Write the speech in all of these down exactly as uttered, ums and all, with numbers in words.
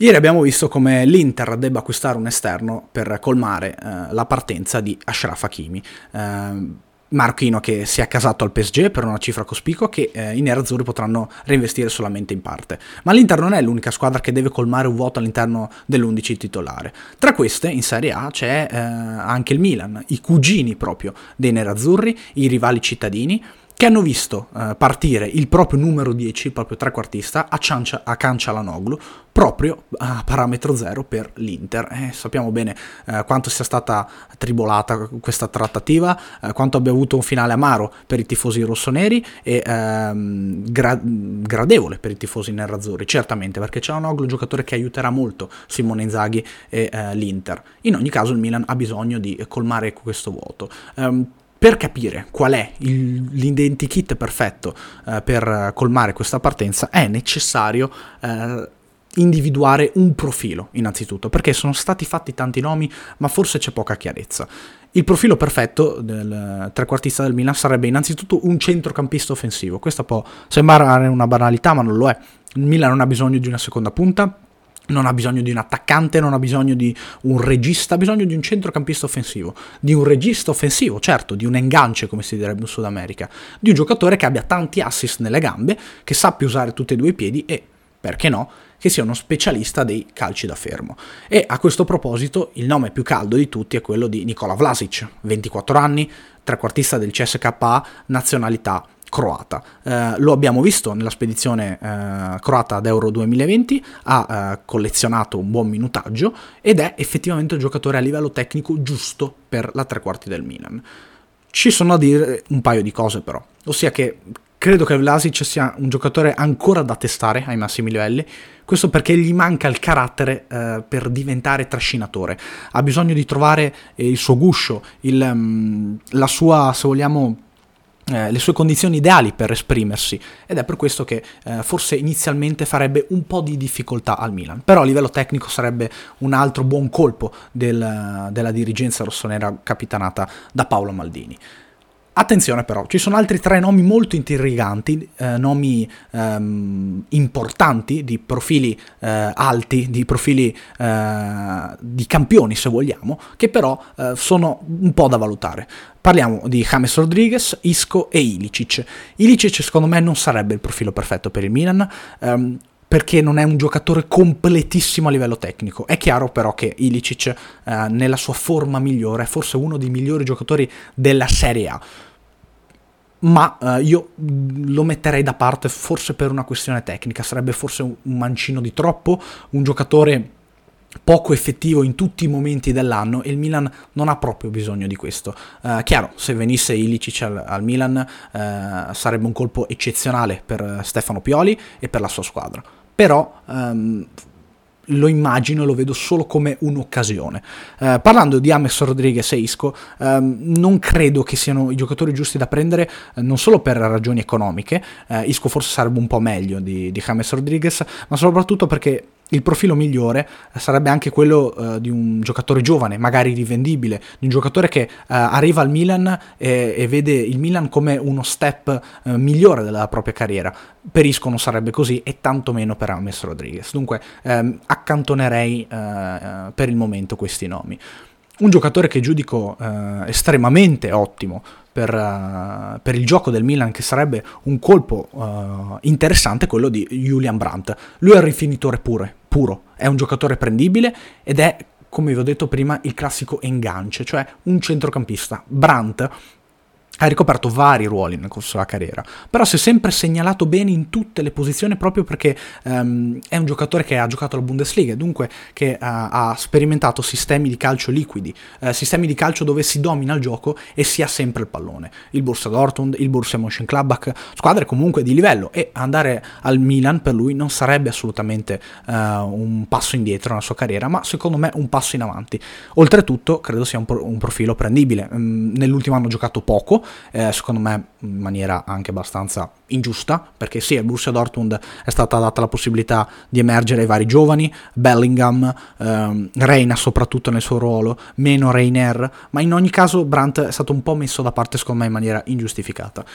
Ieri abbiamo visto come l'Inter debba acquistare un esterno per colmare eh, la partenza di Achraf Hakimi. Eh, Marchino che si è accasato al P S G per una cifra cospicua che eh, i nerazzurri potranno reinvestire solamente in parte. Ma l'Inter non è l'unica squadra che deve colmare un vuoto all'interno dell'undici titolare. Tra queste in Serie A c'è eh, anche il Milan, i cugini proprio dei nerazzurri, i rivali cittadini, che hanno visto eh, partire il proprio numero dieci, il proprio trequartista, a Çalhanoğlu, proprio a parametro zero per l'Inter. Eh, sappiamo bene eh, quanto sia stata tribolata questa trattativa, eh, quanto abbia avuto un finale amaro per i tifosi rossoneri e ehm, gra- gradevole per i tifosi nerazzurri, certamente, perché Çalhanoğlu è un giocatore che aiuterà molto Simone Inzaghi e eh, l'Inter. In ogni caso il Milan ha bisogno di colmare questo vuoto. Um, Per capire qual è il, l'identikit perfetto eh, per colmare questa partenza è necessario eh, individuare un profilo innanzitutto, perché sono stati fatti tanti nomi ma forse c'è poca chiarezza. Il profilo perfetto del trequartista del Milan sarebbe innanzitutto un centrocampista offensivo. Questa può sembrare una banalità ma non lo è. Il Milan non ha bisogno di una seconda punta, non ha bisogno di un attaccante, non ha bisogno di un regista, ha bisogno di un centrocampista offensivo, di un regista offensivo, certo, di un engance come si direbbe in Sud America, di un giocatore che abbia tanti assist nelle gambe, che sappia usare tutti e due i piedi e, perché no, che sia uno specialista dei calci da fermo. E a questo proposito il nome più caldo di tutti è quello di Nikola Vlasic, ventiquattro anni, trequartista del C S K A, nazionalità croata. Eh, lo abbiamo visto nella spedizione eh, croata ad Euro duemilaventi, ha eh, collezionato un buon minutaggio ed è effettivamente un giocatore a livello tecnico giusto per la tre quarti del Milan. Ci sono da dire un paio di cose però, ossia che credo che Vlasic sia un giocatore ancora da testare ai massimi livelli, questo perché gli manca il carattere eh, per diventare trascinatore, ha bisogno di trovare eh, il suo guscio, il, um, la sua, se vogliamo, Eh, le sue condizioni ideali per esprimersi, ed è per questo che eh, forse inizialmente farebbe un po' di difficoltà al Milan, però a livello tecnico sarebbe un altro buon colpo del, della dirigenza rossonera capitanata da Paolo Maldini. Attenzione però, ci sono altri tre nomi molto intriganti, eh, nomi ehm, importanti, di profili eh, alti, di profili eh, di campioni se vogliamo, che però eh, sono un po' da valutare. Parliamo di James Rodriguez, Isco e Ilicic. Ilicic secondo me non sarebbe il profilo perfetto per il Milan, ehm, perché non è un giocatore completissimo a livello tecnico. È chiaro però che Ilicic eh, nella sua forma migliore è forse uno dei migliori giocatori della Serie A, ma eh, io lo metterei da parte forse per una questione tecnica, sarebbe forse un, un mancino di troppo, un giocatore poco effettivo in tutti i momenti dell'anno, e il Milan non ha proprio bisogno di questo. Uh, chiaro, se venisse Ilicic al, al Milan uh, sarebbe un colpo eccezionale per Stefano Pioli e per la sua squadra, però um, lo immagino e lo vedo solo come un'occasione. Uh, parlando di James Rodriguez e Isco, um, non credo che siano i giocatori giusti da prendere, uh, non solo per ragioni economiche, uh, Isco forse sarebbe un po' meglio di, di James Rodriguez, ma soprattutto perché il profilo migliore sarebbe anche quello uh, di un giocatore giovane, magari rivendibile, di un giocatore che uh, arriva al Milan e, e vede il Milan come uno step uh, migliore della propria carriera. Per Isco non sarebbe così, e tantomeno per James Rodriguez. Dunque um, accantonerei uh, uh, per il momento questi nomi. Un giocatore che giudico uh, estremamente ottimo per, uh, per il gioco del Milan, che sarebbe un colpo uh, interessante, quello di Julian Brandt. Lui è il rifinitore pure, puro, è un giocatore prendibile ed è, come vi ho detto prima, il classico engance, cioè un centrocampista. Brandt ha ricoperto vari ruoli nel corso della carriera, però si è sempre segnalato bene in tutte le posizioni, proprio perché um, è un giocatore che ha giocato alla Bundesliga, dunque che uh, ha sperimentato sistemi di calcio liquidi, uh, sistemi di calcio dove si domina il gioco e si ha sempre il pallone. Il Borussia Dortmund, il Borussia Mönchengladbach, squadre comunque di livello, e andare al Milan per lui non sarebbe assolutamente uh, un passo indietro nella sua carriera, ma secondo me un passo in avanti. Oltretutto credo sia un, pro- un profilo prendibile. Um, nell'ultimo anno ha giocato poco, Eh, secondo me in maniera anche abbastanza ingiusta, perché sì, al Borussia Dortmund è stata data la possibilità di emergere ai vari giovani, Bellingham, ehm, Reina soprattutto nel suo ruolo, meno Reiner, ma in ogni caso Brandt è stato un po' messo da parte secondo me in maniera ingiustificata.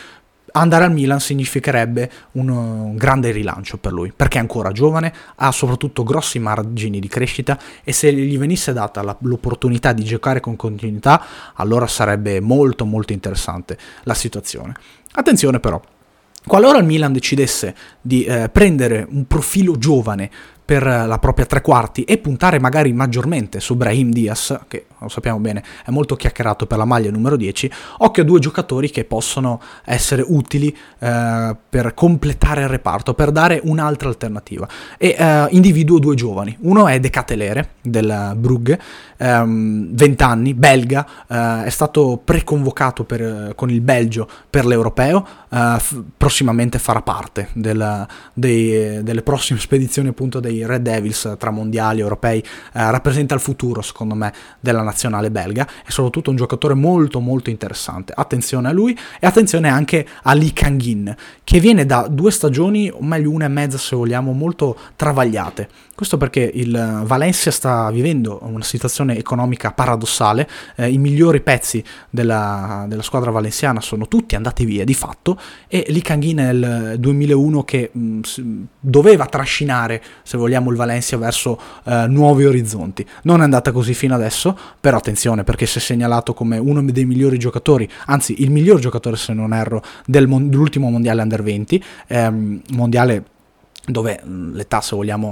andare al Milan significherebbe un, un grande rilancio per lui, perché è ancora giovane, ha soprattutto grossi margini di crescita, e se gli venisse data la, l'opportunità di giocare con continuità, allora sarebbe molto molto interessante la situazione. Attenzione però, qualora il Milan decidesse di eh, prendere un profilo giovane per la propria tre quarti e puntare magari maggiormente su Brahim Diaz, che lo sappiamo bene è molto chiacchierato per la maglia numero dieci, occhio a due giocatori che possono essere utili eh, per completare il reparto, per dare un'altra alternativa, e eh, individuo due giovani. Uno è De Ketelaere del Brugge, ehm, venti anni, belga, eh, è stato preconvocato per, con il Belgio per l'Europeo, eh, f- prossimamente farà parte del, dei, delle prossime spedizioni appunto dei Red Devils tra mondiali, europei, eh, rappresenta il futuro secondo me della nazionale belga, e soprattutto un giocatore molto molto interessante. Attenzione a lui, e attenzione anche a Lee Kang-in, che viene da due stagioni, o meglio una e mezza se vogliamo, molto travagliate. Questo perché il Valencia sta vivendo una situazione economica paradossale, eh, i migliori pezzi della, della squadra valenziana sono tutti andati via di fatto, e Lee Kang-in è il duemilauno che mh, doveva trascinare, se vogliamo, il Valencia verso eh, nuovi orizzonti. Non è andata così fino adesso, però attenzione, perché si è segnalato come uno dei migliori giocatori, anzi il miglior giocatore se non erro del mon- dell'ultimo mondiale under venti, ehm, mondiale dove l'età, se vogliamo,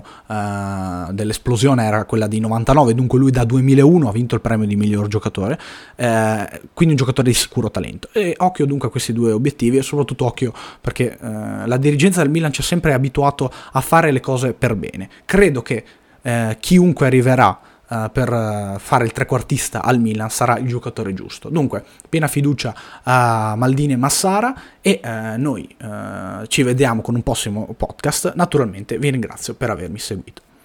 uh, dell'esplosione era quella di novantanove, dunque lui da duemilauno ha vinto il premio di miglior giocatore, eh, quindi un giocatore di sicuro talento. E occhio dunque a questi due obiettivi, e soprattutto occhio perché uh, la dirigenza del Milan ci ha sempre abituato a fare le cose per bene. Credo che uh, chiunque arriverà Uh, per uh, fare il trequartista al Milan sarà il giocatore giusto. Dunque, piena fiducia a Maldini e Massara, e uh, noi uh, ci vediamo con un prossimo podcast. Naturalmente vi ringrazio per avermi seguito.